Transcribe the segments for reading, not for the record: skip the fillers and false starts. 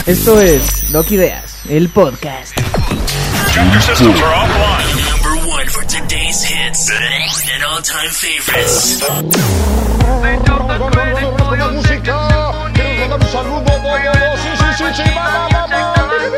Esto es Loki Ideas, el podcast. Check your systems are offline. Number one for today's hits and all-time favorites. La música, quiero mandar un saludo, sí, vamos.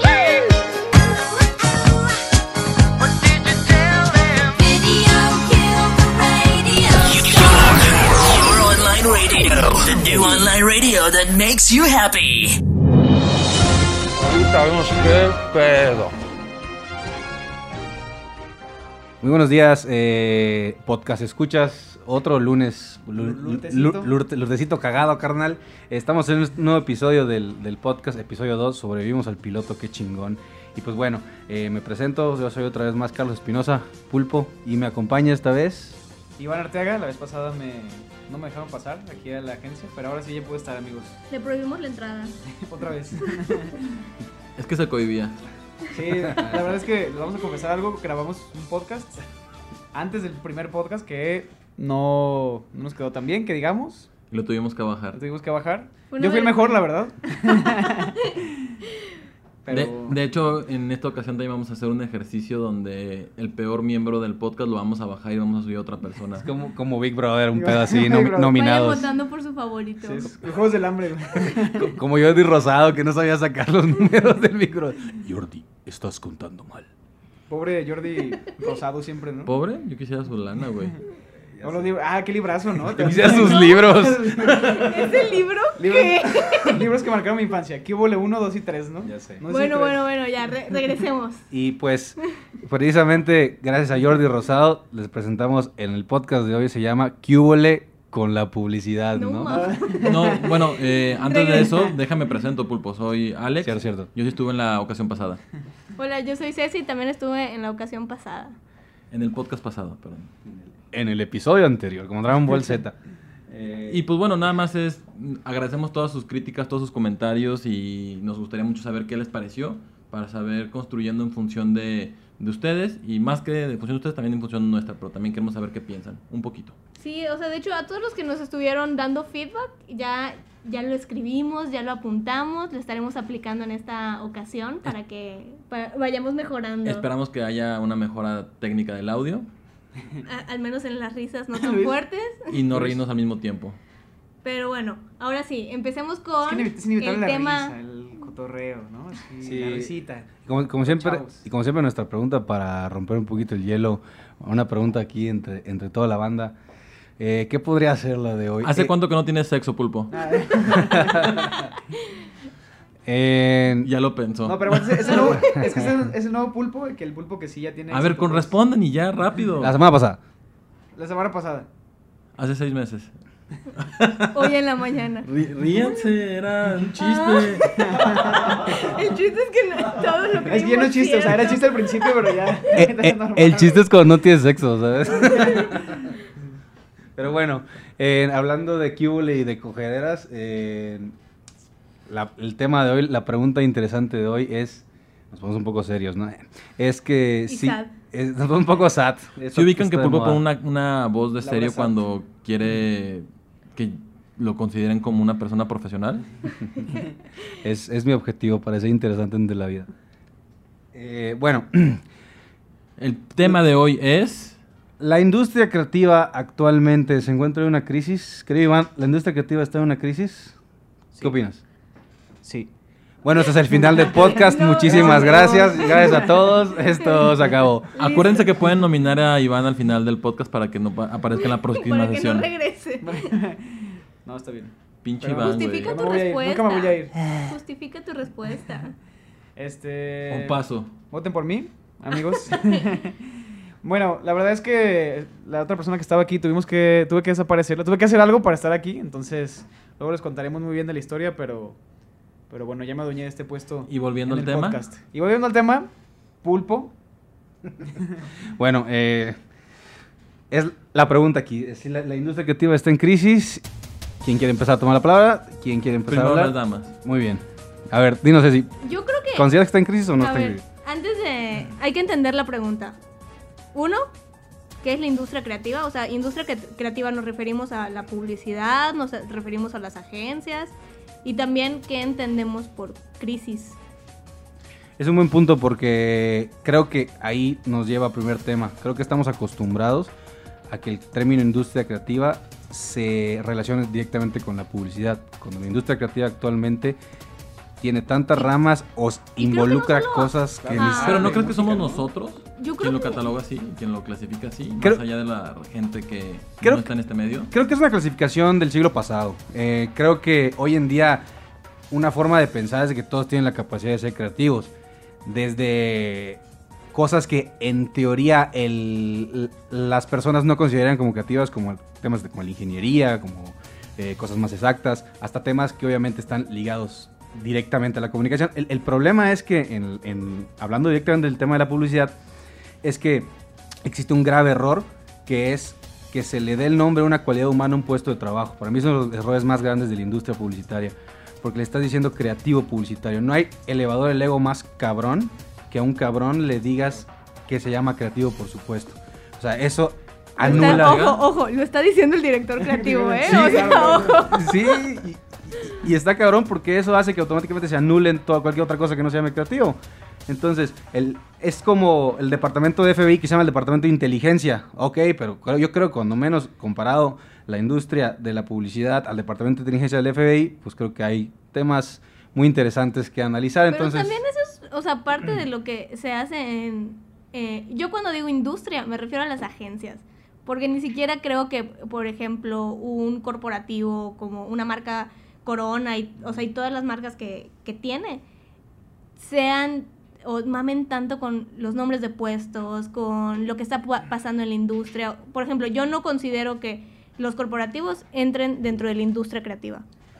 Your online radio, the new online radio that makes you happy. Ahorita vemos qué pedo. Muy buenos días, podcast escuchas, otro lunes, lurtecito cagado, carnal. Estamos en un nuevo episodio del podcast, episodio 2, sobrevivimos al piloto, qué chingón. Y pues bueno, me presento, yo soy otra vez más Carlos Espinosa, Pulpo, y me acompaña esta vez Iván Arteaga, la vez pasada no me dejaron pasar aquí a la agencia, pero ahora sí ya puedo estar, amigos. Le prohibimos la entrada. Otra vez. Es que se cohibía. Sí, la verdad es que les vamos a confesar algo, grabamos un podcast antes del primer podcast que no nos quedó tan bien, que digamos. Lo tuvimos que bajar. Lo tuvimos que bajar. Fue una Yo fui el mejor, la verdad. Pero... De hecho, en esta ocasión también vamos a hacer un ejercicio donde el peor miembro del podcast lo vamos a bajar y vamos a subir a otra persona. es como Big Brother, un pedo así, Big Brother. Vayan nominados. votando por su favorito. Sí, es los Juegos del Hambre, güey. Como Jordi Rosado, que no sabía sacar los números del micro. Jordi, estás contando mal. Pobre Jordi Rosado siempre, ¿no? ¿Pobre? Yo quisiera su lana, güey. O los qué librazo, ¿no? Te quisiera sus libros. ¿Ese libro qué? Libros que marcaron mi infancia. ¿Qué hubo 1, 2 y 3, no? Ya sé. No sé Bueno, si tres. ya, regresemos. Y pues, precisamente, gracias a Jordi Rosado, les presentamos en el podcast de hoy, se llama ¿Qué hubole con la publicidad, No no? mames. No, bueno, antes de eso, déjame presento, Pulpo. Soy Alex. Cierto. Yo sí estuve en la ocasión pasada. Hola, yo soy Ceci y también estuve en la ocasión pasada. En el podcast pasado, perdón. En el episodio anterior, como Dragon Ball Z. Y pues bueno, nada más agradecemos todas sus críticas, todos sus comentarios y nos gustaría mucho saber qué les pareció para saber construyendo en función de ustedes y más que de función de ustedes también en función nuestra, pero también queremos saber qué piensan, un poquito. Sí, o sea, de hecho, a todos los que nos estuvieron dando feedback, ya lo escribimos, ya lo apuntamos, lo estaremos aplicando en esta ocasión para que vayamos mejorando. Esperamos que haya una mejora técnica del audio Al menos en las risas no tan fuertes. y no reírnos al mismo tiempo. Pero bueno, ahora sí, empecemos con Es inevitable el la tema. risa, el cotorreo, ¿no? Así, Sí. la risita. Como siempre, Chavos. y como siempre nuestra pregunta para romper un poquito el hielo, una pregunta aquí entre toda la banda. ¿Qué podría ser la de hoy? ¿Hace cuánto que no tienes sexo, Pulpo? Ya lo pensó. No, pero bueno, es el nuevo pulpo, que el pulpo que sí ya tiene... A ver, éxito, pues. respondan y ya, rápido. La semana pasada. La semana pasada. Hace 6 meses. Hoy en la mañana. Ríanse, era un chiste. El chiste es que no, todos lo Es que ya no es chiste, o sea, era chiste al principio, pero ya... es normal. El chiste es cuando no tienes sexo, ¿sabes? Pero bueno, hablando de cúbule y de cogederas, el tema de hoy, la pregunta interesante de hoy es, nos ponemos un poco serios, ¿no? Es que Y sí, sad. nos ponemos un poco sad. ¿Se ubican que está de Pulpo moda. pone una voz de serio Laura cuando quiere que lo consideren como una persona profesional? Es mi objetivo, parece interesante de la vida. Bueno, El tema de hoy es... la industria creativa actualmente se encuentra en una crisis. Querido Iván, ¿la industria creativa está en una crisis? Sí. ¿Qué opinas? Sí. Bueno, este es el final del podcast. No, Muchísimas no. gracias. Gracias a todos. Esto se acabó. Acuérdense que pueden nominar a Iván al final del podcast para que no aparezca en la próxima Para que sesión. no regrese. No, está bien. Pinche Pero Iván, güey. Justifica No tu me voy a ir, respuesta. nunca me voy a ir. Justifica tu respuesta. Un paso. Voten por mí, amigos. Bueno, la verdad es que la otra persona que estaba aquí tuve que desaparecerla. Tuve que hacer algo para estar aquí, entonces luego les contaremos muy bien de la historia, pero bueno, ya me adueñé de este puesto. Y volviendo en al el tema. podcast. Y volviendo al tema, Pulpo. Bueno, es la pregunta aquí. Si la industria creativa está en crisis, ¿quién quiere empezar a tomar la palabra? ¿Quién quiere empezar Primero a las hablar? damas. Muy bien. A ver, dinos si Yo creo que... ¿consideras que está en crisis o no A está en ver, crisis? antes de... Hay que entender la pregunta. Uno, ¿qué es la industria creativa? O sea, industria creativa nos referimos a la publicidad, nos referimos a las agencias y también qué entendemos por crisis. Es un buen punto porque creo que ahí nos lleva a primer tema. Creo que estamos acostumbrados a que el término industria creativa se relacione directamente con la publicidad. Cuando la industria creativa actualmente tiene tantas ramas o involucra cosas que ni Pero ¿no crees que somos nosotros Yo creo quien lo que- cataloga así, quien lo clasifica así, Creo- más allá de la gente que creo- no está en este medio? Creo que es una clasificación del siglo pasado. Creo que hoy en día una forma de pensar es de que todos tienen la capacidad de ser creativos. Desde cosas que en teoría las personas no consideran como creativas, como temas como la ingeniería, como cosas más exactas, hasta temas que obviamente están ligados directamente a la comunicación. El problema es que, hablando directamente del tema de la publicidad, es que existe un grave error que es que se le dé el nombre a una cualidad humana a un puesto de trabajo. Para mí son los errores más grandes de la industria publicitaria, porque le estás diciendo creativo publicitario. No hay elevador del ego más cabrón que a un cabrón le digas que se llama creativo por supuesto. O sea, eso anula... Ojo, lo está diciendo el director creativo, ¿eh? Sí, o sea, claro. ojo. Sí, y está cabrón porque eso hace que automáticamente se anulen cualquier otra cosa que no se llame creativo. Entonces, es como el departamento de FBI que se llama el departamento de inteligencia. Ok, pero yo creo que cuando menos comparado la industria de la publicidad al departamento de inteligencia del FBI, pues creo que hay temas muy interesantes que analizar. Pero Entonces, también eso es, o sea, parte de lo que se hace en... yo cuando digo industria me refiero a las agencias, porque ni siquiera creo que, por ejemplo, un corporativo como una marca Corona, y todas las marcas que tiene, sean o mamen tanto con los nombres de puestos, con lo que está pasando en la industria. Por ejemplo, yo no considero que los corporativos entren dentro de la industria creativa.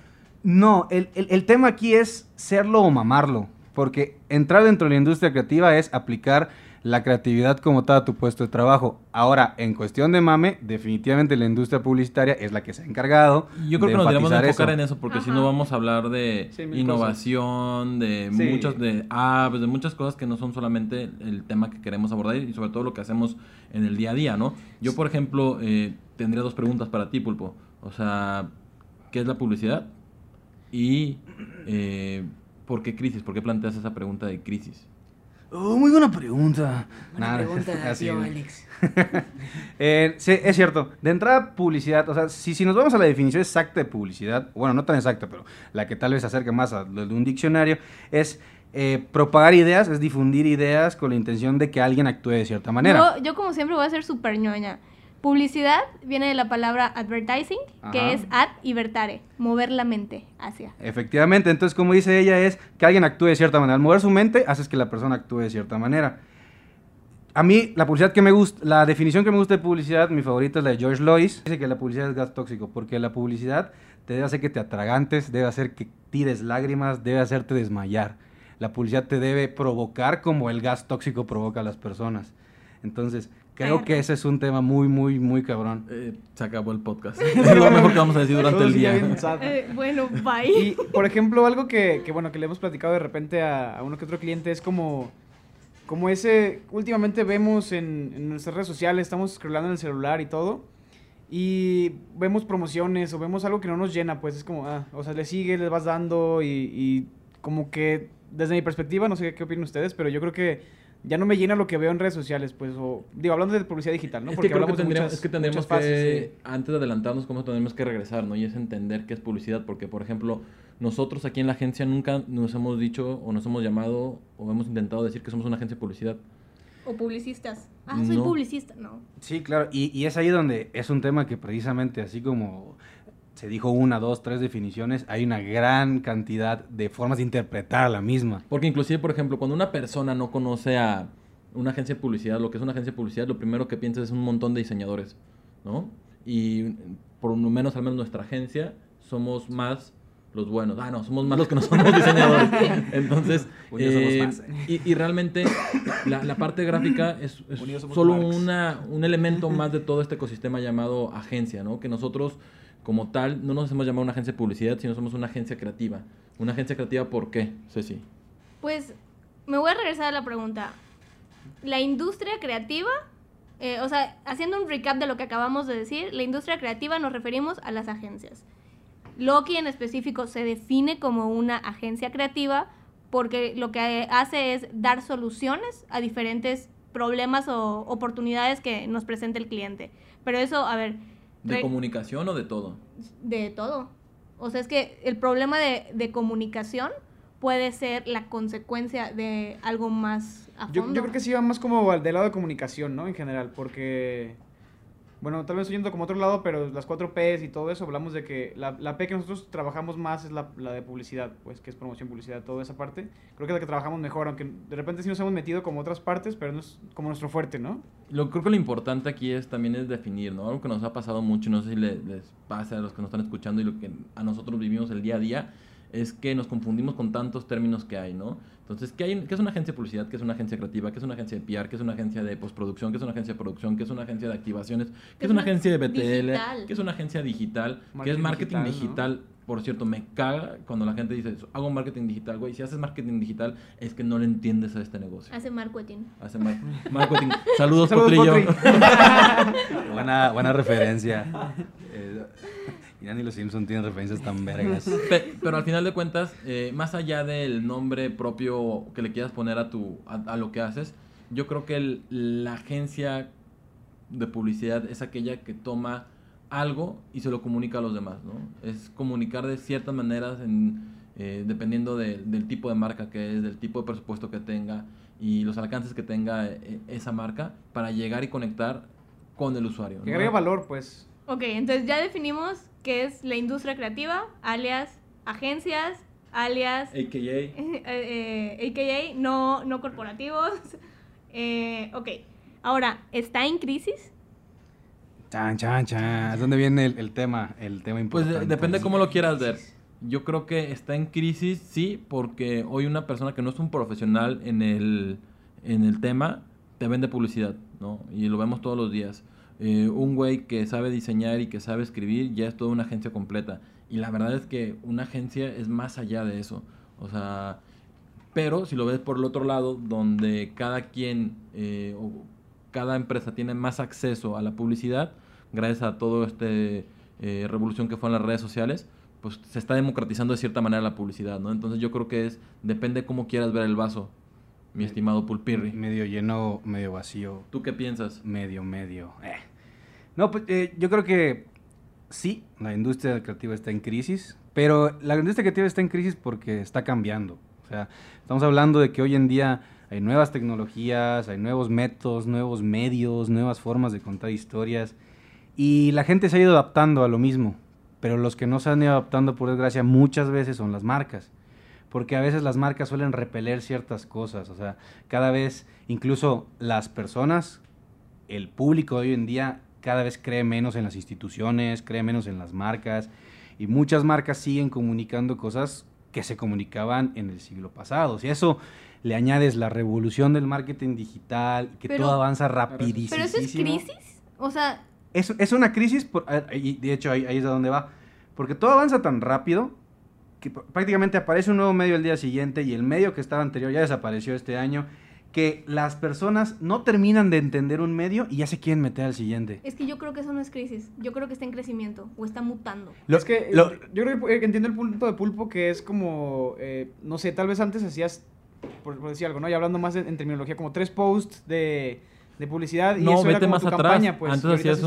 no, el tema aquí es serlo o mamarlo, porque entrar dentro de la industria creativa es aplicar la creatividad como tal a tu puesto de trabajo. Ahora, en cuestión de mame, definitivamente la industria publicitaria es la que se ha encargado Yo creo de que nos deberíamos de enfatizar enfocar eso. en eso, porque si Ajá. no vamos a hablar de Sí, mil innovación, de Sí. muchas de apps, de muchas cosas que no son solamente el tema que queremos abordar y sobre todo lo que hacemos en el día a día, ¿no? Yo, por ejemplo, tendría 2 preguntas para ti, Pulpo. O sea, ¿qué es la publicidad? Y ¿por qué crisis? ¿Por qué planteas esa pregunta de crisis? Oh, muy buena pregunta. Buena pregunta, así, tío ¿no? Alex. Sí, es cierto. De entrada, publicidad, o sea, si nos vamos a la definición exacta de publicidad, bueno, no tan exacta, pero la que tal vez se acerque más a lo de un diccionario, es propagar ideas, es difundir ideas con la intención de que alguien actúe de cierta manera. Yo como siempre voy a ser súper ñoña. Publicidad viene de la palabra advertising, que Ajá. es ad y vertare, mover la mente hacia. Efectivamente, entonces como dice ella es que alguien actúe de cierta manera. Al mover su mente, haces que la persona actúe de cierta manera. A mí, la publicidad que me gusta, la definición que me gusta de publicidad, mi favorita es la de George Lois. Dice que la publicidad es gas tóxico, porque la publicidad te debe hacer que te atragantes, debe hacer que tires lágrimas, debe hacerte desmayar. La publicidad te debe provocar como el gas tóxico provoca a las personas. Entonces, creo que ese es un tema muy, muy, muy cabrón. Se acabó el podcast. Es lo mejor que vamos a decir durante el Todos ya día. bien sad. Bueno, bye. Y, por ejemplo, algo que le hemos platicado de repente a uno que otro cliente es como ese, últimamente vemos en nuestras redes sociales, estamos scrollando en el celular y todo, y vemos promociones o vemos algo que no nos llena, pues es como, o sea, le sigues, les vas dando y como que, desde mi perspectiva, no sé qué opinan ustedes, pero yo creo que ya no me llena lo que veo en redes sociales, pues, o digo, hablando de publicidad digital, ¿no? Es que creo que de tendríamos, muchas- es que, tendríamos muchas fases, que sí. antes de adelantarnos, como tendremos que regresar, ¿no? Y es entender qué es publicidad, porque, por ejemplo, nosotros aquí en la agencia nunca nos hemos dicho o nos hemos llamado o hemos intentado decir que somos una agencia de publicidad. O publicistas. Soy No. publicista. No. Sí, claro, y es ahí donde es un tema que precisamente así como se dijo 1, 2, 3 definiciones, hay una gran cantidad de formas de interpretar la misma. Porque inclusive, por ejemplo, cuando una persona no conoce a una agencia de publicidad, lo que es una agencia de publicidad, lo primero que piensa es un montón de diseñadores, ¿no? Y por lo menos, al menos nuestra agencia, somos más los buenos. No, somos más los que no somos diseñadores. Entonces, Unidos somos más. y realmente la parte gráfica es Unidos somos solo Marx. un elemento más de todo este ecosistema llamado agencia, ¿no? Que nosotros, como tal, no nos hemos llamado una agencia de publicidad, sino somos una agencia creativa. Una agencia creativa, ¿por qué, Ceci? Pues me voy a regresar a la pregunta. La industria creativa, haciendo un recap de lo que acabamos de decir, la industria creativa nos referimos a las agencias. Loki en específico se define como una agencia creativa porque lo que hace es dar soluciones a diferentes problemas o oportunidades que nos presenta el cliente. Pero eso, a ver... ¿De comunicación o de todo? De todo. O sea, es que el problema de comunicación puede ser la consecuencia de algo más a fondo. Yo creo que sí va más como del lado de comunicación, ¿no? En general, porque... Bueno, tal vez estoy yendo como a otro lado, pero las 4 Ps y todo eso, hablamos de que la P que nosotros trabajamos más es la de publicidad, pues, que es promoción, publicidad, toda esa parte. Creo que es la que trabajamos mejor, aunque de repente sí nos hemos metido como otras partes, pero no es como nuestro fuerte, ¿no? Creo que lo importante aquí también es definir, ¿no? Algo que nos ha pasado mucho, no sé si les pasa a los que nos están escuchando y lo que a nosotros vivimos el día a día, es que nos confundimos con tantos términos que hay, ¿no? Entonces, ¿qué es una agencia de publicidad? ¿Qué es una agencia creativa? ¿Qué es una agencia de PR? ¿Qué es una agencia de postproducción? ¿Qué es una agencia de producción? ¿Qué es una agencia de activaciones? ¿Qué es una agencia de BTL? Digital. ¿Qué es una agencia digital? ¿Qué es marketing digital? ¿No? Por cierto, me caga cuando la gente dice, hago marketing digital, güey. Si haces marketing digital, es que no le entiendes a este negocio. Hace marketing. Hace marketing. Saludos, Saludos, Potrillo. Buena referencia. Ya ni los Simpsons tienen referencias tan vergas. Pero al final de cuentas, más allá del nombre propio que le quieras poner a lo que haces, yo creo que la agencia de publicidad es aquella que toma algo y se lo comunica a los demás, ¿no? Es comunicar de ciertas maneras dependiendo del tipo de marca que es, del tipo de presupuesto que tenga y los alcances que tenga esa marca para llegar y conectar con el usuario, ¿no? Que agrega valor, pues. Ok, entonces ya definimos qué es la industria creativa, alias agencias, alias... AKA, no corporativos. Ok, ahora, ¿está en crisis? Chan. ¿Dónde viene el tema importante? Pues depende cómo lo quieras ver. Yo creo que está en crisis, sí, porque hoy una persona que no es un profesional en el tema te vende publicidad, ¿no? Y lo vemos todos los días. Un güey que sabe diseñar y que sabe escribir ya es toda una agencia completa. Y la verdad es que una agencia es más allá de eso. O sea, pero si lo ves por el otro lado, donde cada quien o cada empresa tiene más acceso a la publicidad, gracias a todo revolución que fue en las redes sociales, pues se está democratizando de cierta manera la publicidad, ¿no? Entonces yo creo que depende cómo quieras ver el vaso, mi estimado Pulpirri. Medio lleno, medio vacío. ¿Tú qué piensas? Medio. No, pues yo creo que sí, la industria creativa está en crisis, pero la industria creativa está en crisis porque está cambiando. O sea, estamos hablando de que hoy en día hay nuevas tecnologías, hay nuevos métodos, nuevos medios, nuevas formas de contar historias, y la gente se ha ido adaptando a lo mismo, pero los que no se han ido adaptando, por desgracia, muchas veces son las marcas. Porque a veces las marcas suelen repeler ciertas cosas, o sea, cada vez, incluso las personas, el público de hoy en día, cada vez cree menos en las instituciones, cree menos en las marcas, y muchas marcas siguen comunicando cosas que se comunicaban en el siglo pasado. Si a eso le añades la revolución del marketing digital, que todo avanza rapidísimo. ¿Pero eso es crisis? O sea... Es una crisis, y de hecho ahí es a donde va, porque todo avanza tan rápido que prácticamente aparece un nuevo medio el día siguiente y el medio que estaba anterior ya desapareció este año, que las personas no terminan de entender un medio y ya se quieren meter al siguiente. Es que yo creo que eso no es crisis, yo creo que está en crecimiento o está mutando. Yo creo que entiendo el punto de Pulpo, que es como, no sé, tal vez antes hacías, por decir algo, ¿no? Y hablando más en terminología, como 3 posts de publicidad, y no, eso vete era como más tu atrás. Campaña, pues. Antes hacías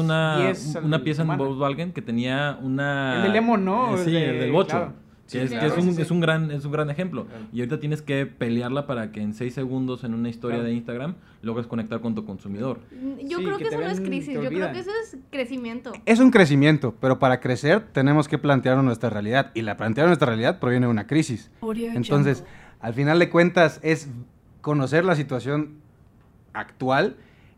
una pieza semana. en Volkswagen que tenía una... El del Lemon, ¿no? Sí, el del bocho. Claro. Que es un gran ejemplo. Claro. Y ahorita tienes que pelearla para que en 6 segundos en una historia de Instagram logres conectar con tu consumidor. Yo creo que eso no es crisis, yo creo que eso es crecimiento. Es un crecimiento, pero para crecer tenemos que plantear nuestra realidad, y la plantear nuestra realidad proviene de una crisis. Entonces, al final de cuentas es conocer la situación actual,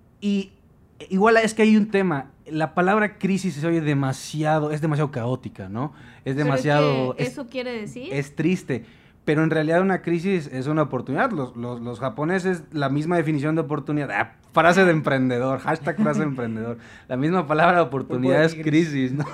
y igual es que hay un tema. La palabra crisis se oye es demasiado caótica, ¿no? Es demasiado... Es que eso quiere decir... Es triste, pero en realidad una crisis es una oportunidad. Los japoneses, la misma definición de oportunidad, frase de emprendedor, hashtag frase de emprendedor. La misma palabra oportunidad es crisis, ¿no?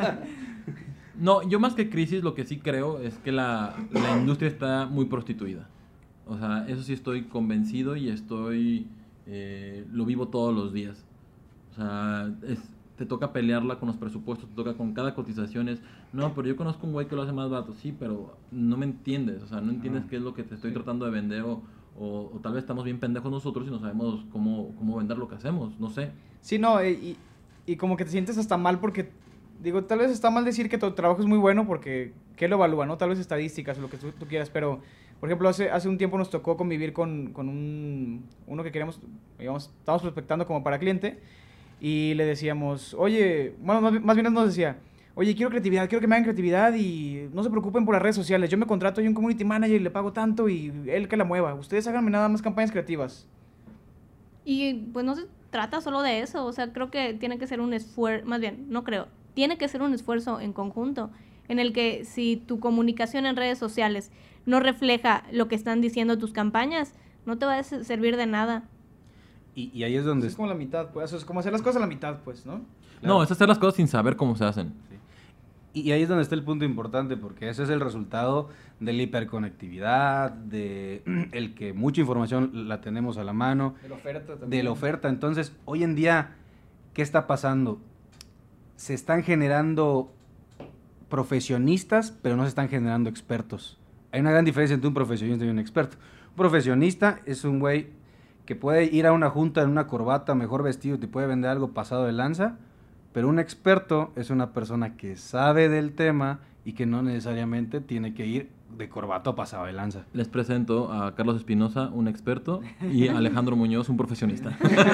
No, yo más que crisis lo que sí creo es que la industria está muy prostituida. O sea, eso sí estoy convencido y lo vivo todos los días. O sea, te toca pelearla con los presupuestos, te toca con cada cotización. No, pero yo conozco un güey que lo hace más barato. Sí, pero no me entiendes. O sea, no entiendes qué es lo que te estoy tratando de vender o tal vez estamos bien pendejos nosotros y no sabemos cómo vender lo que hacemos. No sé. Sí, no, y como que te sientes hasta mal porque, digo, tal vez está mal decir que tu trabajo es muy bueno porque, ¿qué lo evalúa, no? Tal vez estadísticas o lo que tú quieras, pero, por ejemplo, hace un tiempo nos tocó convivir con uno que queríamos, digamos, estábamos prospectando como para cliente y le decíamos, oye, bueno, más bien nos decía, oye, quiero creatividad, quiero que me hagan creatividad y no se preocupen por las redes sociales, yo me contrato a un community manager y le pago tanto y él que la mueva, ustedes háganme nada más campañas creativas. Y pues no se trata solo de eso, o sea, creo que tiene que ser un esfuerzo, más bien, no creo, tiene que ser un esfuerzo en conjunto, en el que si tu comunicación en redes sociales no refleja lo que están diciendo tus campañas, no te va a servir de nada. Y ahí es donde... Es como la mitad, pues, es como hacer las cosas a la mitad, pues, ¿no? Claro. No, es hacer las cosas sin saber cómo se hacen. Y ahí es donde está el punto importante, porque ese es el resultado de la hiperconectividad, de el que mucha información la tenemos a la mano. De la oferta también. De la oferta. Entonces, hoy en día, ¿qué está pasando? Se están generando profesionistas, pero no se están generando expertos. Hay una gran diferencia entre un profesionista y un experto. Un profesionista es un güey que puede ir a una junta en una corbata, mejor vestido, te puede vender algo pasado de lanza, pero un experto es una persona que sabe del tema y que no necesariamente tiene que ir de corbata o pasado de lanza. Les presento a Carlos Espinosa, un experto, y a Alejandro Muñoz, un profesionista.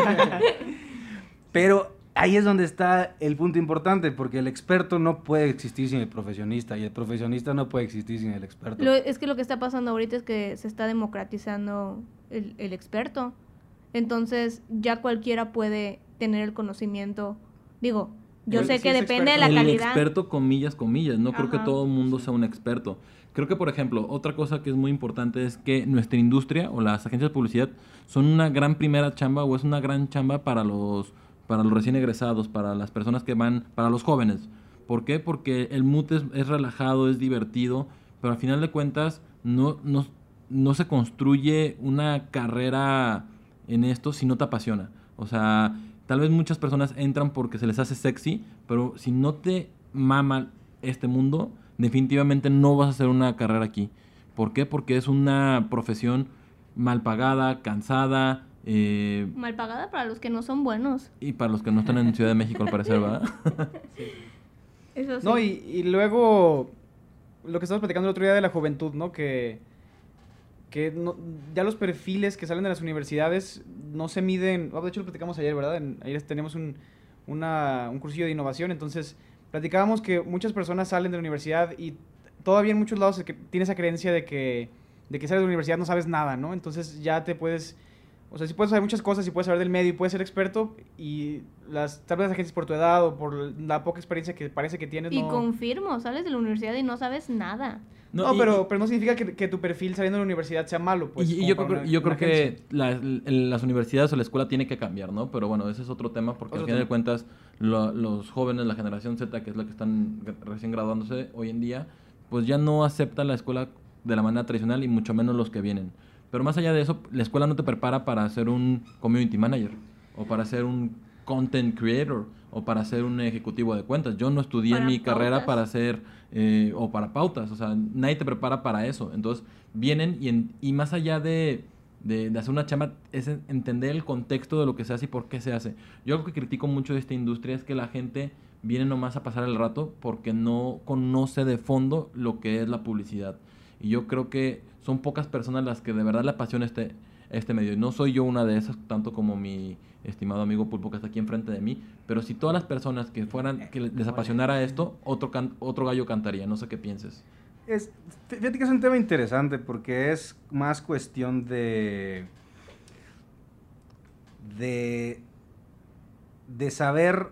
Pero ahí es donde está el punto importante, porque el experto no puede existir sin el profesionista y el profesionista no puede existir sin el experto. Es que lo que está pasando ahorita es que se está democratizando el experto. Entonces ya cualquiera puede tener el conocimiento. Digo, yo sé que depende de la calidad. El experto, comillas, no creo que Ajá. todo el mundo sea un experto. Creo que, por ejemplo, otra cosa que es muy importante es que nuestra industria o las agencias de publicidad son una gran primera chamba o es una gran chamba para los recién egresados, para las personas que van, para los jóvenes. ¿Por qué? Porque el mood es relajado, es divertido, pero al final de cuentas no se construye una carrera en esto si no te apasiona. O sea, tal vez muchas personas entran porque se les hace sexy, pero si no te mama este mundo, definitivamente no vas a hacer una carrera aquí. ¿Por qué? Porque es una profesión mal pagada, cansada. Mal pagada para los que no son buenos. Y para los que no están en Ciudad de México, al parecer, ¿verdad? Eso sí. No, y luego lo que estábamos platicando el otro día de la juventud, ¿no? Que ya los perfiles que salen de las universidades no se miden. De hecho, lo platicamos ayer, ¿verdad? Ayer teníamos un cursillo de innovación, entonces platicábamos que muchas personas salen de la universidad y todavía en muchos lados tiene esa creencia de que sales de la universidad no sabes nada, ¿no? Entonces ya te puedes... O sea, sí puedes saber muchas cosas y puedes saber del medio y puedes ser experto y tal vez las agencias por tu edad o por la poca experiencia que parece que tienes, Y no... confirmo, sales de la universidad y no sabes nada. No, pero no significa que tu perfil saliendo de la universidad sea malo, pues. Y yo creo que las universidades o la escuela tiene que cambiar, ¿no? Pero bueno, ese es otro tema porque al final de cuentas los jóvenes, la generación Z, que es la que están recién graduándose hoy en día, pues ya no aceptan la escuela de la manera tradicional y mucho menos los que vienen. Pero más allá de eso, la escuela no te prepara para ser un community manager o para ser un content creator o para ser un ejecutivo de cuentas. Yo no estudié Para mi pautas. carrera para ser o para pautas. O sea, nadie te prepara para eso. Entonces vienen y más allá de hacer una chamba es entender el contexto de lo que se hace y por qué se hace. Yo algo que critico mucho de esta industria es que la gente viene nomás a pasar el rato porque no conoce de fondo lo que es la publicidad. Y yo creo que son pocas personas las que de verdad le apasiona este medio. Y no soy yo una de esas, tanto como mi estimado amigo Pulpo que está aquí enfrente de mí. Pero si todas las personas que les apasionara esto, otro gallo cantaría. No sé qué pienses. Fíjate que es un tema interesante porque es más cuestión de saber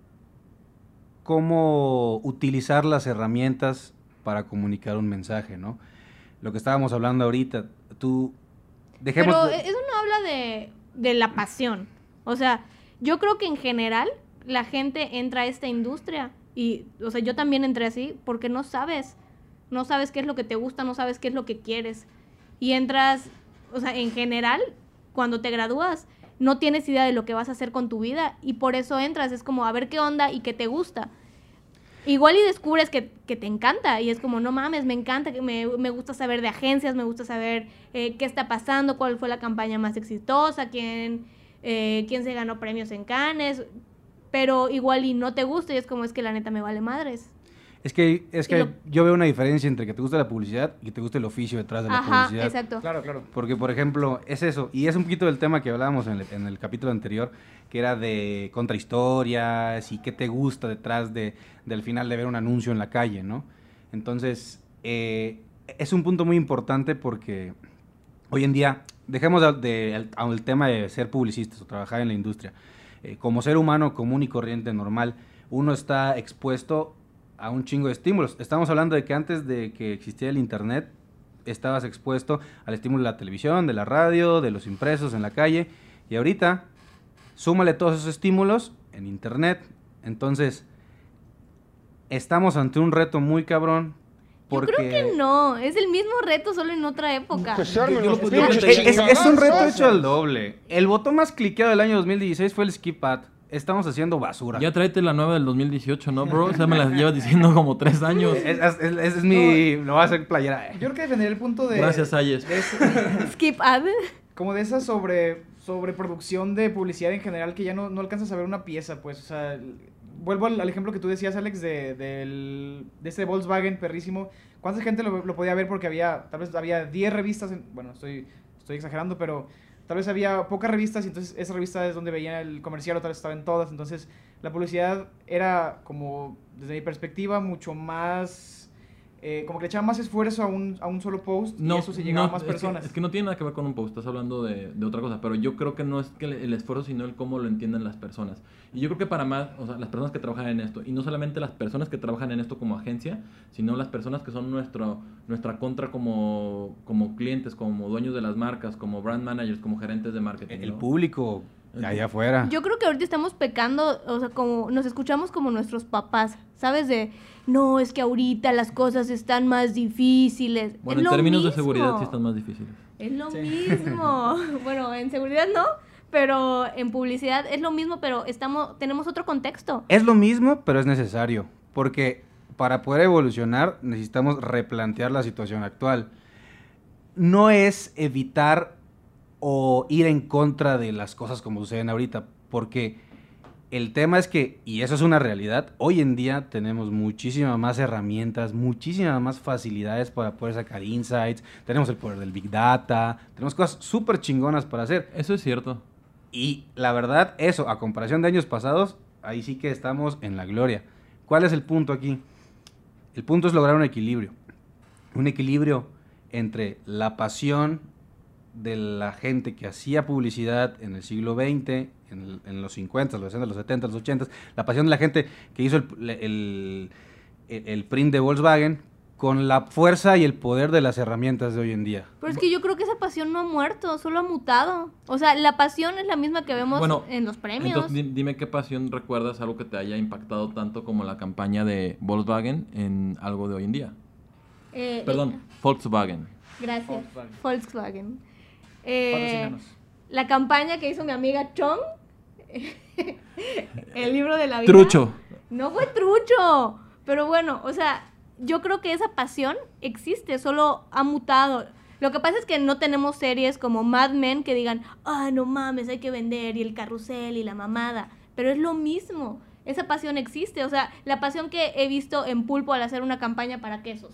cómo utilizar las herramientas para comunicar un mensaje, ¿no? Lo que estábamos hablando ahorita, Pero eso no habla de la pasión. O sea, yo creo que en general la gente entra a esta industria y, o sea, yo también entré así porque no sabes qué es lo que te gusta, no sabes qué es lo que quieres. Y entras, o sea, en general, cuando te gradúas, no tienes idea de lo que vas a hacer con tu vida y por eso entras, es como a ver qué onda y qué te gusta. Igual y descubres que te encanta y es como, no mames, me encanta, que me gusta saber de agencias, me gusta saber qué está pasando, cuál fue la campaña más exitosa, quién se ganó premios en Cannes, pero igual y no te gusta y es como, es que la neta me vale madres. Es que yo veo una diferencia entre que te gusta la publicidad y que te gusta el oficio detrás de la publicidad. Exacto. Claro, claro. Porque, por ejemplo, es eso. Y es un poquito del tema que hablábamos en el capítulo anterior, que era de contrahistorias y qué te gusta detrás del final de ver un anuncio en la calle, ¿no? Entonces, es un punto muy importante porque hoy en día, dejemos el tema de ser publicistas o trabajar en la industria. Como ser humano común y corriente normal, uno está expuesto a un chingo de estímulos. Estamos hablando de que antes de que existiera el internet, estabas expuesto al estímulo de la televisión, de la radio, de los impresos en la calle, y ahorita, súmale todos esos estímulos en internet. Entonces, estamos ante un reto muy cabrón, porque... Yo creo que no, es el mismo reto, solo en otra época. Que se armen Yo los lo- pinches Es un reto chingadazos. hecho al doble. El botón más cliqueado del año 2016 fue el skip ad. Estamos haciendo basura. Ya tráete la nueva del 2018, ¿no, bro? O sea, me la llevas diciendo como 3 años. Ese es mi... Lo voy a hacer playera. Yo creo que defender el punto de... Gracias, Ayes. de ese- Skip ad. como de esa sobreproducción de publicidad en general que ya no alcanzas a ver una pieza, pues, o sea, vuelvo al ejemplo que tú decías, Alex, de ese Volkswagen perrísimo. ¿Cuánta gente lo podía ver? Porque tal vez había 10 revistas, bueno, estoy exagerando, pero tal vez había pocas revistas y entonces esa revista es donde veían el comercial o tal vez estaba en todas. Entonces la publicidad era como, desde mi perspectiva, mucho más... como que le echaban más esfuerzo a un solo post y eso se llegaba a más personas. Es que no tiene nada que ver con un post, estás hablando de otra cosa, pero yo creo que no es que el esfuerzo, sino el cómo lo entienden las personas. Y yo creo que para más, o sea, las personas que trabajan en esto, y no solamente las personas que trabajan en esto como agencia, sino las personas que son nuestra contra como clientes, como dueños de las marcas, como brand managers, como gerentes de marketing. El ¿no? público allá afuera. Yo creo que ahorita estamos pecando, o sea, como nos escuchamos como nuestros papás, ¿sabes? De, no, es que ahorita las cosas están más difíciles. Bueno, Es en lo términos de mismo. seguridad sí están más difíciles. Es lo Sí. mismo. Bueno, en seguridad no, pero en publicidad es lo mismo, pero tenemos otro contexto. Es lo mismo, pero es necesario. Porque para poder evolucionar necesitamos replantear la situación actual. No es evitar o ir en contra de las cosas como suceden ahorita, porque el tema es que, y eso es una realidad, hoy en día tenemos muchísimas más herramientas, muchísimas más facilidades para poder sacar insights, tenemos el poder del Big Data, tenemos cosas súper chingonas para hacer. Eso es cierto. Y la verdad, eso, a comparación de años pasados, ahí sí que estamos en la gloria. ¿Cuál es el punto aquí? El punto es lograr un equilibrio. Un equilibrio entre la pasión de la gente que hacía publicidad en el siglo XX, en los 50, los 60, los 70, los 80, la pasión de la gente que hizo el print de Volkswagen, con la fuerza y el poder de las herramientas de hoy en día. Pero es que yo creo que esa pasión no ha muerto, solo ha mutado. O sea, la pasión es la misma que vemos Bueno, en los premios. Entonces, dime qué pasión recuerdas, algo que te haya impactado tanto como la campaña de Volkswagen en algo de hoy en día. Perdón, Volkswagen. Gracias. Volkswagen. Volkswagen. Patrocínanos. La campaña que hizo mi amiga Chong. El libro de la vida. Trucho. No fue trucho. Pero bueno, o sea, yo creo que esa pasión existe, solo ha mutado. Lo que pasa es que no tenemos series como Mad Men que digan, ah, no mames, hay que vender, y el carrusel y la mamada. Pero es lo mismo. Esa pasión existe. O sea, la pasión que he visto en Pulpo al hacer una campaña para quesos.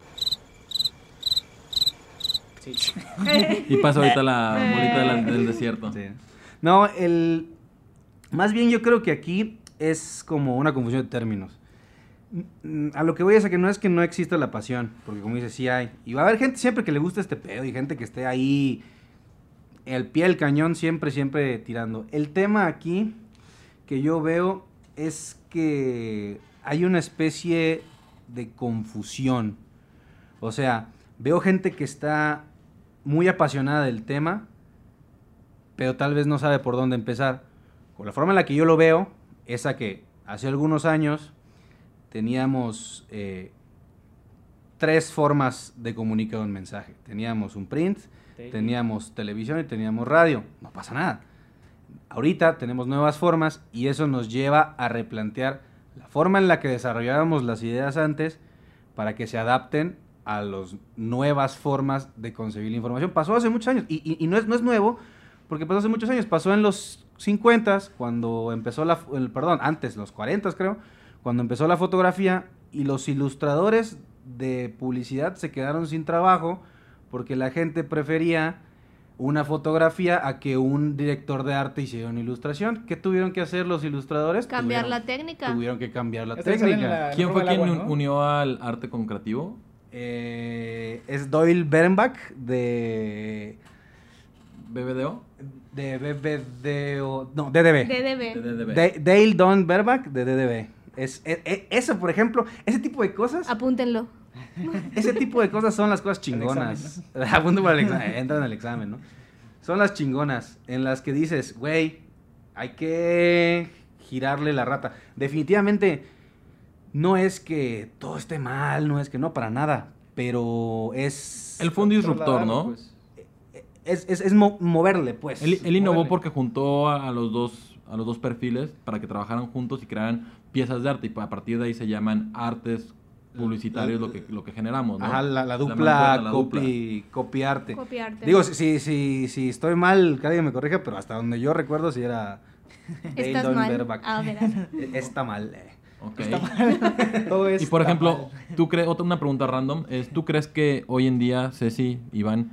Sí. Y pasa ahorita la bolita del desierto. Sí. No, más bien yo creo que aquí es como una confusión de términos. A lo que voy es a que no exista la pasión, porque como dices, sí hay. Y va a haber gente siempre que le guste este pedo y gente que esté ahí al pie del cañón siempre tirando. El tema aquí que yo veo es que hay una especie de confusión. O sea, veo gente que está muy apasionada del tema, pero tal vez no sabe por dónde empezar. Con la forma en la que yo lo veo es a que hace algunos años teníamos 3 formas de comunicar un mensaje. Teníamos un print, teníamos televisión y teníamos radio. No pasa nada. Ahorita tenemos nuevas formas y eso nos lleva a replantear la forma en la que desarrollábamos las ideas antes para que se adapten a las nuevas formas de concebir la información. Pasó hace muchos años y no es nuevo porque pasó hace muchos años. Pasó en los 50s cuando empezó antes, los 40s creo, cuando empezó la fotografía y los ilustradores de publicidad se quedaron sin trabajo porque la gente prefería una fotografía a que un director de arte hiciera una ilustración. ¿Qué tuvieron que hacer los ilustradores? Cambiar la técnica. Tuvieron que cambiar la Esta sale en técnica. la- ¿Quién en fue Roba quien del Agua, ¿no? unió al arte con creativo? Es Doyle Berenbach de ¿BBDO? BBDO, no, DDB. DDB. Dale Don Berenbach de DDB. Eso, por ejemplo, ese tipo de cosas, Apúntenlo. ese tipo de cosas son las cosas chingonas. Apunto para el examen, entran al examen, ¿no? Son las chingonas en las que dices, güey, hay que girarle la rata. Definitivamente no es que todo esté mal, no es que no, para nada, pero es... Él fue un disruptor, Trasladarlo, ¿no? pues. Es moverle, pues. Él innovó Órale. porque juntó a los dos perfiles para que trabajaran juntos y crearan piezas de arte y a partir de ahí se llaman artes publicitarios lo que generamos, ¿no? Ajá, la dupla mancuerna, la dupla. copy-arte. Copiarte. Digo, si estoy mal, que alguien me corrija, pero hasta donde yo recuerdo si era... Estás Dale Don mal. Berenbach. Ah, verás. Está mal. Ok. Todo Y por está ejemplo, mal. una pregunta random es, ¿tú crees que hoy en día, Ceci, Iván,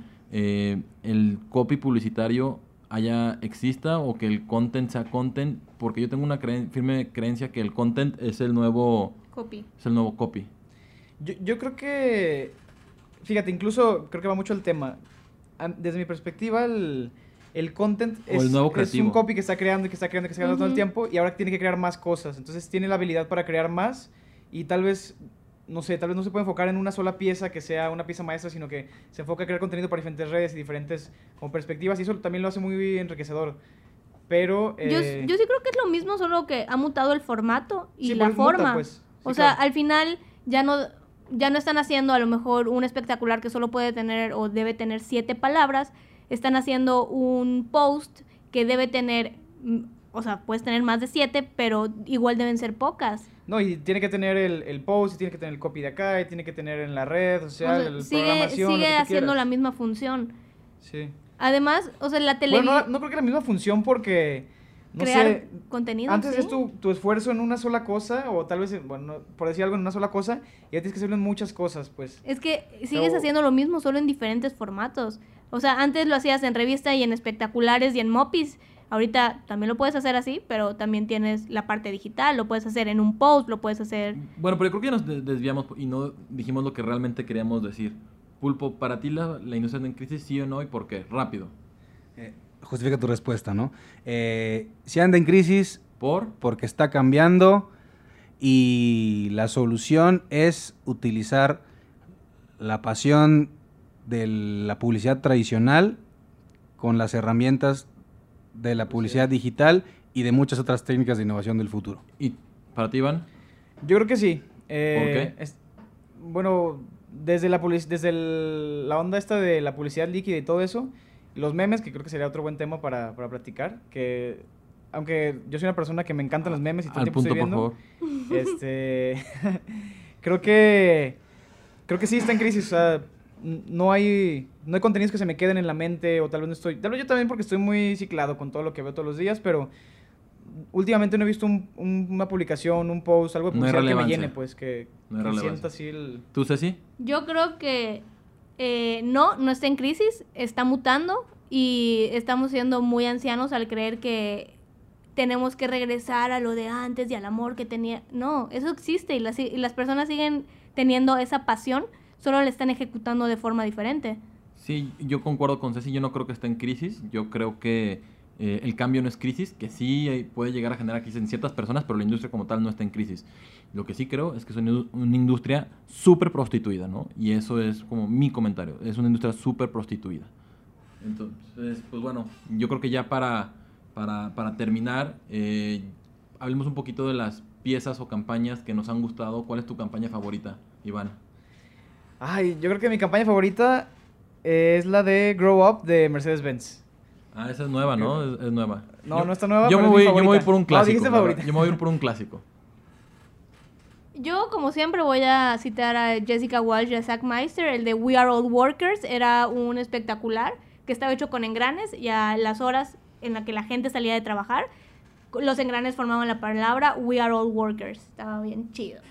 el copy publicitario exista o que el content sea content? Porque yo tengo una firme creencia que el content es el nuevo Copy. copy. Yo creo que, fíjate, incluso creo que va mucho el tema. Desde mi perspectiva, el content O el nuevo es creativo. un copy que está creando y que está creando y que está creando todo el Ujú. tiempo y ahora tiene que crear más cosas. Entonces tiene la habilidad para crear más y tal vez, no sé, tal vez no se puede enfocar en una sola pieza que sea una pieza maestra, sino que se enfoca a crear contenido para diferentes redes y diferentes como perspectivas y eso también lo hace muy enriquecedor. Pero... Yo sí creo que es lo mismo, solo que ha mutado el formato y Sí, la pues, muta, forma. pues. Sí, O sea, claro. al final ya no están haciendo a lo mejor un espectacular que solo puede tener o debe tener 7 palabras. Están haciendo un post que debe tener, o sea, puedes tener más de 7, pero igual deben ser pocas. No, y tiene que tener el post, y tiene que tener el copy de acá, y tiene que tener en la red, o sea, O sea, el sigue programación, lo que tú haciendo quieras. la misma función. Sí. Además, o sea, la Bueno, televisión... no creo que la misma función porque, no crear sé, contenido. antes ¿sí? es tu esfuerzo en una sola cosa, o tal vez, bueno, por decir algo en una sola cosa, y ya tienes que hacerlo en muchas cosas, pues. Es que sigues Pero- haciendo lo mismo, solo en diferentes formatos. O sea, antes lo hacías en revista y en espectaculares y en mopis. Ahorita también lo puedes hacer así, pero también tienes la parte digital. Lo puedes hacer en un post, lo puedes hacer... Bueno, pero creo que ya nos desviamos y no dijimos lo que realmente queríamos decir. Pulpo, ¿para ti la industria está en crisis, sí o no? ¿Y por qué? Rápido. Justifica tu respuesta, ¿no? Si anda en crisis ¿Por? porque está cambiando y la solución es utilizar la pasión de la publicidad tradicional con las herramientas de la publicidad digital y de muchas otras técnicas de innovación del futuro. ¿Y para ti, Iván? Yo creo que sí. qué? Bueno, desde la onda esta de la publicidad líquida y todo eso, los memes, que creo que sería otro buen tema para platicar, que aunque yo soy una persona que me encantan los memes y todo el Al tiempo punto, estoy por viendo, favor. creo que sí está en crisis, o sea, no hay contenidos que se me queden en la mente, o tal vez tal vez yo también porque estoy muy ciclado con todo lo que veo todos los días, pero últimamente no he visto una publicación, un post, algo de No hay publicidad que me relevancia. llene, pues, que No hay que relevancia. sienta así el... ¿Tú, Ceci? Yo creo que no está en crisis, está mutando y estamos siendo muy ancianos al creer que tenemos que regresar a lo de antes y al amor que tenía. No, eso existe y las personas siguen teniendo esa pasión, solo la están ejecutando de forma diferente. Sí, yo concuerdo con Ceci, yo no creo que esté en crisis, yo creo que el cambio no es crisis, que sí puede llegar a generar crisis en ciertas personas, pero la industria como tal no está en crisis. Lo que sí creo es que es una industria súper prostituida, ¿no? Y eso es como mi comentario, es una industria súper prostituida. Entonces, pues bueno, yo creo que ya para terminar, hablemos un poquito de las piezas o campañas que nos han gustado. ¿Cuál es tu campaña favorita, Iván? Ay, yo creo que mi campaña favorita es la de Grow Up de Mercedes-Benz. Ah, esa es nueva, ¿no? Es nueva. No, no está nueva, Yo pero me es mi voy favorita. por un No, clásico. dijiste la verdad. favorita. Yo me voy a ir por un clásico. Yo, como siempre, voy a citar a Jessica Walsh y a Zack Meister. El de We Are All Workers era un espectacular que estaba hecho con engranes y a las horas en las que la gente salía de trabajar, los engranes formaban la palabra We Are All Workers. Estaba bien chido.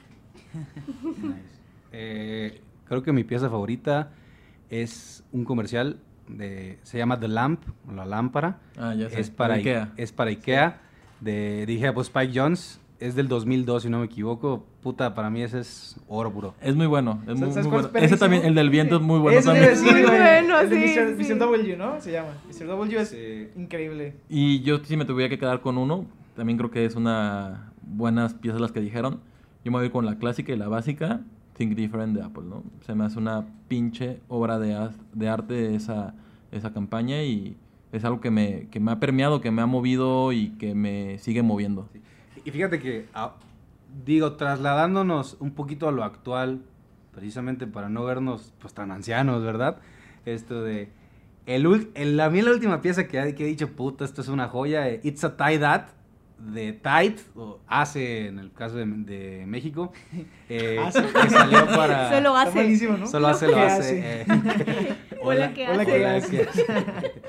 Creo que mi pieza favorita es un comercial se llama The Lamp, o la lámpara. Ah, ya sé. Es para Ikea. Es para Ikea, dirigida por Spike Jonze. Es del 2002, si no me equivoco. Puta, para mí ese es oro puro. Es muy bueno. Es muy, ¿Sabes muy cuál es bueno. Ese también, el del viento, es muy bueno Ese te también. iba a decir, Muy güey. bueno, El de sí, Mr. sí. W, ¿no? Se llama. Mr. W es Sí. increíble. Y yo si me tuviera que quedar con uno, también creo que es una buenas piezas las que dijeron. Yo me voy con la clásica y la básica, Think Different de Apple, ¿no? Se me hace una pinche obra de arte esa campaña y es algo que me ha permeado, que me ha movido y que me sigue moviendo. Y fíjate que, trasladándonos un poquito a lo actual, precisamente para no vernos pues tan ancianos, ¿verdad? Esto de... a mí la última pieza que he dicho, puta, esto es una joya, It's a Tie That, de Tide, o Hace en el caso de México, que salió para... Solo Está hace. buenísimo, ¿no? Solo hace, lo ¿Qué hace. Hola, ¿qué Hola, hace? ¿qué Hola, hace? ¿qué hace?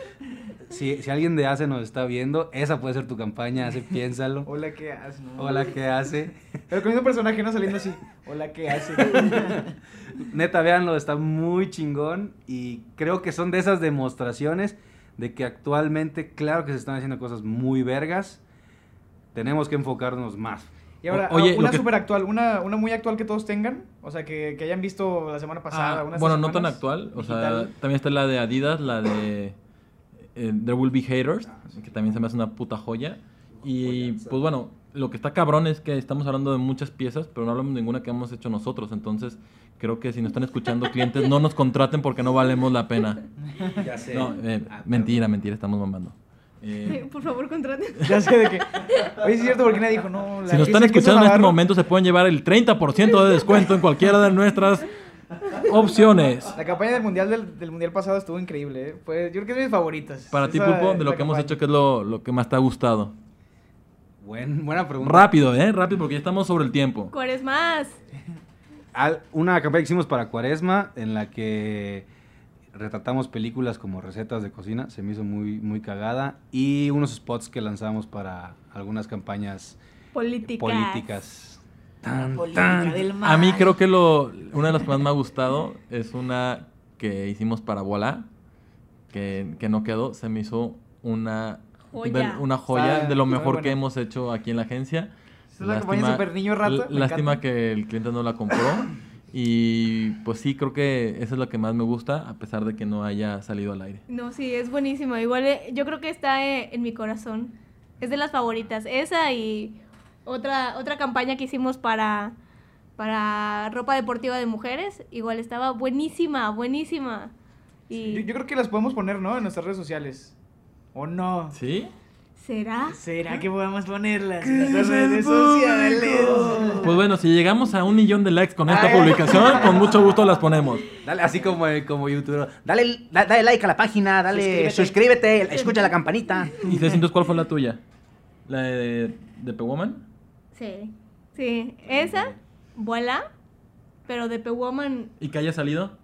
Si alguien de Hace nos está viendo, esa puede ser tu campaña, Hace, piénsalo. Hola, ¿qué haces? No. Hola, ¿qué hace? Pero con un personaje, ¿no? Saliendo así. Hola, ¿qué haces? Neta, véanlo, está muy chingón y creo que son de esas demostraciones de que actualmente, claro que se están haciendo cosas muy vergas, tenemos que enfocarnos más. Y ahora, Oye, una lo que- súper actual, una muy actual que todos tengan. O sea, que hayan visto la semana pasada. una de bueno, estas no tan semanas, actual. O sea, digital. también está la de Adidas, la de There Will Be Haters, que también se me hace una puta joya. Y pues bueno, lo que está cabrón es que estamos hablando de muchas piezas, pero no hablamos de ninguna que hemos hecho nosotros. Entonces, creo que si nos están escuchando clientes, no nos contraten porque no valemos la pena. Ya sé. No, mentira, estamos mamando. Por favor, contraten. Ya sé de que. Oye, es cierto, porque nadie dijo, no. Si nos están escuchando en este momento, se pueden llevar el 30% de descuento en cualquiera de nuestras opciones. La campaña del mundial pasado estuvo increíble, ¿eh? Yo creo que es de mis favoritas. Para ti, Esa Pulpo, es de la lo que hemos campaña. hecho, ¿qué es lo que más te ha gustado? Buena pregunta. Rápido, rápido, porque ya estamos sobre el tiempo. ¿Cuáles más? Una campaña que hicimos para Cuaresma en la que retratamos películas como recetas de cocina, se me hizo muy, muy cagada, y unos spots que lanzamos para algunas campañas políticas. Tan, tan. A mí creo que una de las que más me ha gustado es una que hicimos para Voilà, que no quedó, se me hizo una Joya. una joya Está de lo muy mejor buena. que hemos hecho aquí en la agencia. Esta es la campaña Super Niño Rata, me Lástima encanta. que el cliente no la compró. Y pues sí, creo que esa es la que más me gusta, a pesar de que no haya salido al aire. No, sí, es buenísimo. Igual yo creo que está en mi corazón. Es de las favoritas. Esa y otra campaña que hicimos para ropa deportiva de mujeres. Igual estaba buenísima, buenísima. Y Yo creo que las podemos poner, ¿no? En nuestras redes sociales. ¿O no? ¿Sí? ¿será? ¿Será que podemos ponerlas en nuestras redes sociales? Pues bueno, si llegamos a 1 millón de likes con esta publicación, con mucho gusto las ponemos. Dale, así como youtuber. Dale like a la página, dale suscríbete, escucha la campanita. ¿Y Ceci, entonces cuál fue la tuya? ¿La de The Woman? Sí. Sí, esa, Voilà, pero de P-Woman ¿Y que haya salido?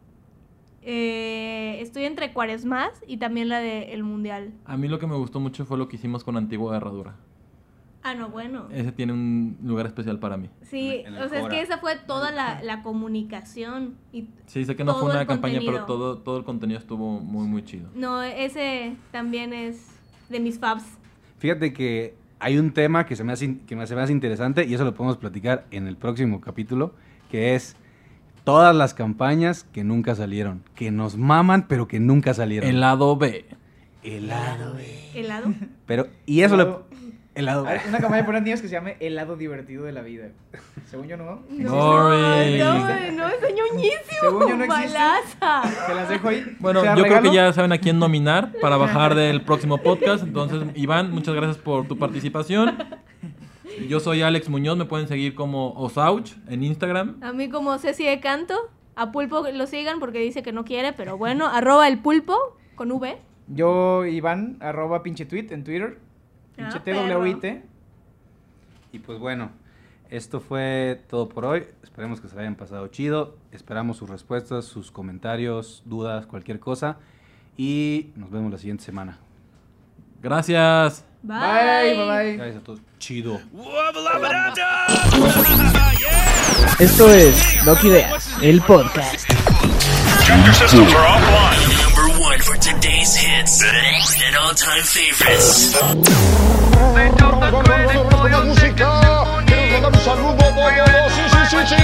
estoy entre Cuaresmas y también la de El Mundial. A mí lo que me gustó mucho fue lo que hicimos con Antigua Herradura. Ah, no, bueno. Ese tiene un lugar especial para mí. Sí, en el o sea, es Cora. que esa fue toda la comunicación. Y Sí, sé que no todo fue una el campaña, contenido. pero todo el contenido estuvo muy, muy chido. No, ese también es de mis faves. Fíjate que hay un tema que se me hace interesante y eso lo podemos platicar en el próximo capítulo, que es todas las campañas que nunca salieron, que nos maman pero que nunca salieron. El lado B. Helado, güey. ¿Helado? Pero, y eso Helado. helado. Hay una campaña para niños que se llame El lado divertido de la vida. Según yo, ¿no? Boring. No, es ñoñísimo. Según yo no existe. Malaza. Se las dejo ahí. Bueno, O sea, yo creo regalo. que ya saben a quién nominar para bajar del próximo podcast. Entonces, Iván, muchas gracias por tu participación. Yo soy Alex Muñoz, me pueden seguir como Osauch en Instagram. A mí como Ceci de Canto. A Pulpo lo sigan porque dice que no quiere, pero bueno, @el Pulpo con V. Yo, Iván, @pinche-tweet en Twitter. Pinche TWIT. Y pues bueno, esto fue todo por hoy. Esperemos que se la hayan pasado chido. Esperamos sus respuestas, sus comentarios, dudas, cualquier cosa. Y nos vemos la siguiente semana. Gracias. Bye. Gracias a todos. Chido. Esto es Loki Ideas, el podcast. Chapter systems are offline. Number 1 for today's hits and all-time favorites. La música. Quiero mandar un saludo. Sí.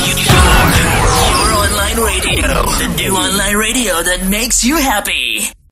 Your online radio, the new online radio that makes you happy.